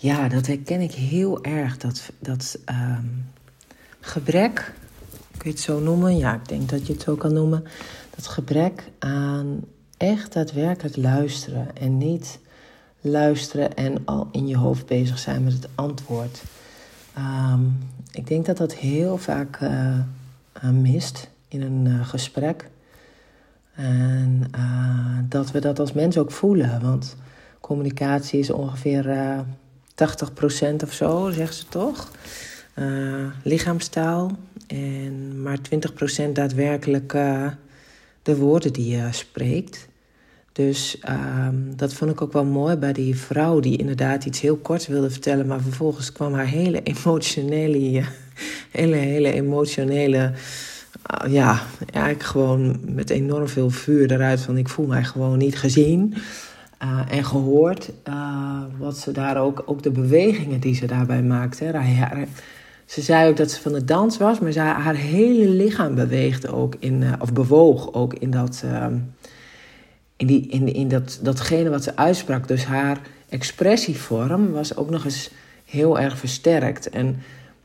Ja, dat herken ik heel erg. Dat gebrek, kun je het zo noemen? Ja, ik denk dat je het zo kan noemen. Dat gebrek aan echt daadwerkelijk luisteren. En niet luisteren en al in je hoofd bezig zijn met het antwoord. Ik denk dat dat heel vaak mist in een gesprek. En dat we dat als mens ook voelen. Want communicatie is ongeveer 80% of zo, zeggen ze toch? Lichaamstaal. En maar 20% daadwerkelijk de woorden die je spreekt. Dus dat vond ik ook wel mooi bij die vrouw die inderdaad iets heel korts wilde vertellen. Maar vervolgens kwam haar hele emotionele... ja, eigenlijk gewoon met enorm veel vuur eruit van ik voel mij gewoon niet gezien en gehoord. Wat ze daar ook de bewegingen die ze daarbij maakte. Ze zei ook dat ze van de dans was, maar haar hele lichaam beweegde ook bewoog ook in dat, datgene wat ze uitsprak. Dus haar expressievorm was ook nog eens heel erg versterkt. En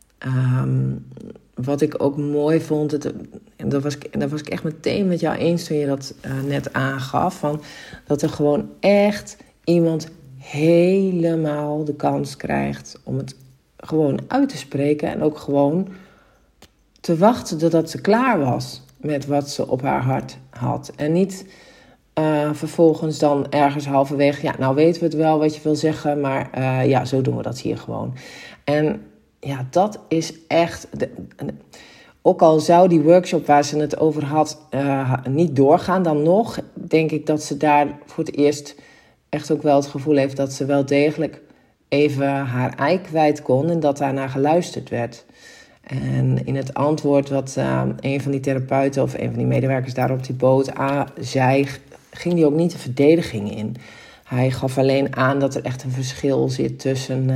wat ik ook mooi vond, en daar was ik echt meteen met jou eens toen je dat net aangaf, van dat er gewoon echt iemand helemaal de kans krijgt om het gewoon uit te spreken en ook gewoon te wachten totdat ze klaar was met wat ze op haar hart had. En niet vervolgens dan ergens halverwege, ja, nou weten we het wel wat je wil zeggen, maar ja, zo doen we dat hier gewoon. En ja, dat is echt... Ook al zou die workshop waar ze het over had niet doorgaan, dan nog denk ik dat ze daar voor het eerst echt ook wel het gevoel heeft dat ze wel degelijk even haar ei kwijt kon en dat daarna geluisterd werd. En in het antwoord wat een van die therapeuten of een van die medewerkers daar op die boot zei, ging die ook niet de verdediging in. Hij gaf alleen aan dat er echt een verschil zit tussen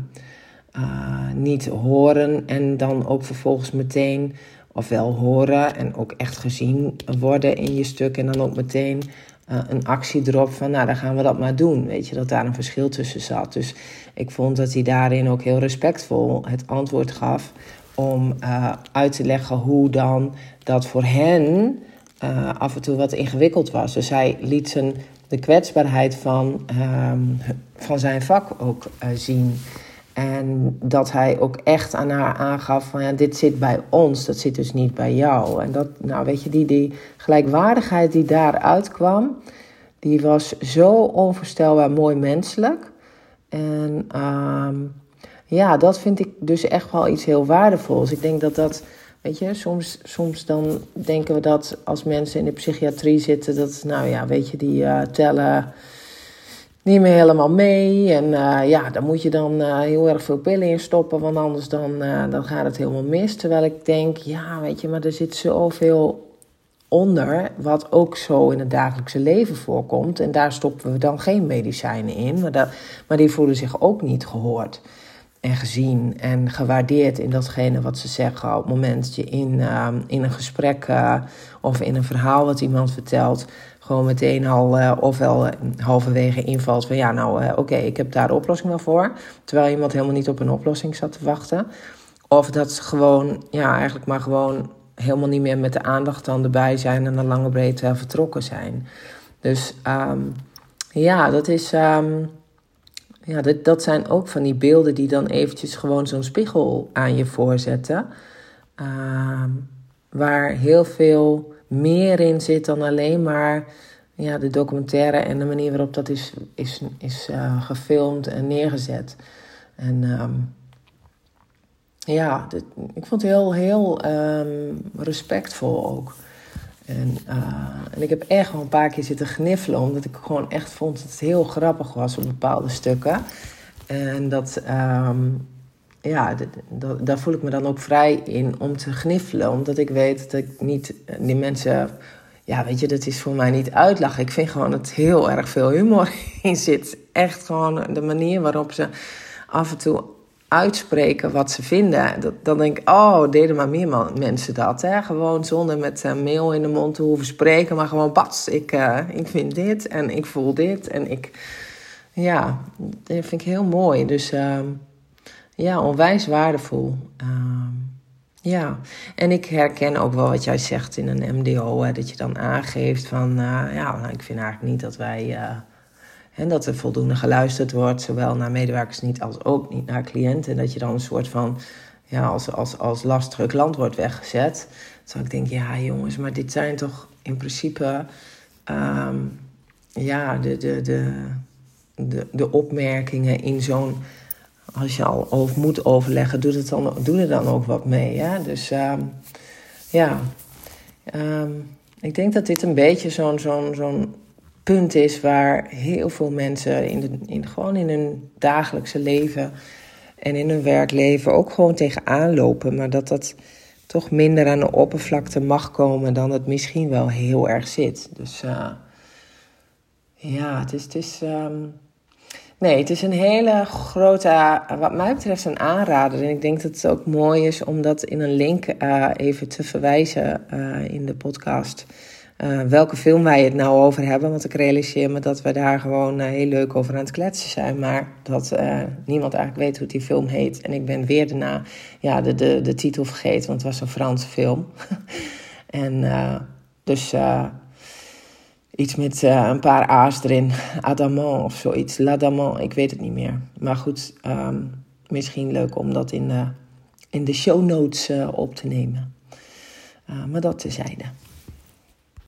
niet horen en dan ook vervolgens meteen ofwel horen en ook echt gezien worden in je stuk en dan ook meteen een actie erop van nou dan gaan we dat maar doen. Weet je, dat daar een verschil tussen zat. Dus ik vond dat hij daarin ook heel respectvol het antwoord gaf om uit te leggen hoe dan dat voor hen af en toe wat ingewikkeld was. Dus hij liet de kwetsbaarheid van zijn vak ook zien. En dat hij ook echt aan haar aangaf van ja, dit zit bij ons, dat zit dus niet bij jou. En dat, nou weet je, die gelijkwaardigheid die daaruit kwam, die was zo onvoorstelbaar mooi menselijk. En ja, dat vind ik dus echt wel iets heel waardevols. Ik denk dat, weet je, soms dan denken we dat als mensen in de psychiatrie zitten, dat, nou ja, weet je, die tellen niet meer helemaal mee. En ja, daar moet je dan heel erg veel pillen in stoppen, want anders dan gaat het helemaal mis. Terwijl ik denk, ja, weet je, maar er zit zoveel onder, wat ook zo in het dagelijkse leven voorkomt. En daar stoppen we dan geen medicijnen in. Maar die voelen zich ook niet gehoord en gezien en gewaardeerd in datgene wat ze zeggen. Op het moment dat je in een gesprek of in een verhaal wat iemand vertelt, gewoon meteen al ofwel halverwege invalt van ja, nou oké, ik heb daar de oplossing wel voor. Terwijl iemand helemaal niet op een oplossing zat te wachten. Of dat ze gewoon, ja, eigenlijk maar gewoon helemaal niet meer met de aandacht dan erbij zijn en een lange breed vertrokken zijn. Dus ja, dat is... ja, dat zijn ook van die beelden die dan eventjes gewoon zo'n spiegel aan je voorzetten. Waar heel veel meer in zit dan alleen maar ja, de documentaire en de manier waarop dat is gefilmd en neergezet. En ja, ik vond het heel respectvol ook. En ik heb echt wel een paar keer zitten gniffelen, omdat ik gewoon echt vond dat het heel grappig was op bepaalde stukken. En daar voel ik me dan ook vrij in om te gniffelen, omdat ik weet dat ik niet die mensen, ja, weet je, dat is voor mij niet uitlachen. Ik vind gewoon dat heel erg veel humor in zit. Echt gewoon de manier waarop ze af en toe uitspreken wat ze vinden. Dan denk ik, oh, deden maar meer mensen dat. Hè? Gewoon zonder met mail in de mond te hoeven spreken, maar gewoon bats. Ik vind dit en ik voel dit en ik Ja, dat vind ik heel mooi. Dus ja, onwijs waardevol. Ja, en ik herken ook wel wat jij zegt in een MDO. Hè, dat je dan aangeeft van, ik vind eigenlijk niet dat wij... En dat er voldoende geluisterd wordt, zowel naar medewerkers niet als ook niet naar cliënten. En dat je dan een soort van, als lastige klant wordt weggezet. Terwijl ik denk, ja jongens, maar dit zijn toch in principe, de opmerkingen in zo'n, als je al over moet overleggen, doe er dan ook wat mee. Hè? Dus ik denk dat dit een beetje zo'n punt is waar heel veel mensen gewoon in hun dagelijkse leven en in hun werkleven ook gewoon tegenaan lopen. Maar dat toch minder aan de oppervlakte mag komen dan het misschien wel heel erg zit. Dus het is een hele grote, wat mij betreft een aanrader. En ik denk dat het ook mooi is om dat in een link even te verwijzen in de podcast. Welke film wij het nou over hebben. Want ik realiseer me dat we daar gewoon heel leuk over aan het kletsen zijn. Maar dat niemand eigenlijk weet hoe die film heet. En ik ben weer daarna de titel vergeten. Want het was een Franse film. En iets met een paar A's erin. Adamant of zoiets. L'Adamant, ik weet het niet meer. Maar goed, misschien leuk om dat in de show notes op te nemen. Maar dat tezijde.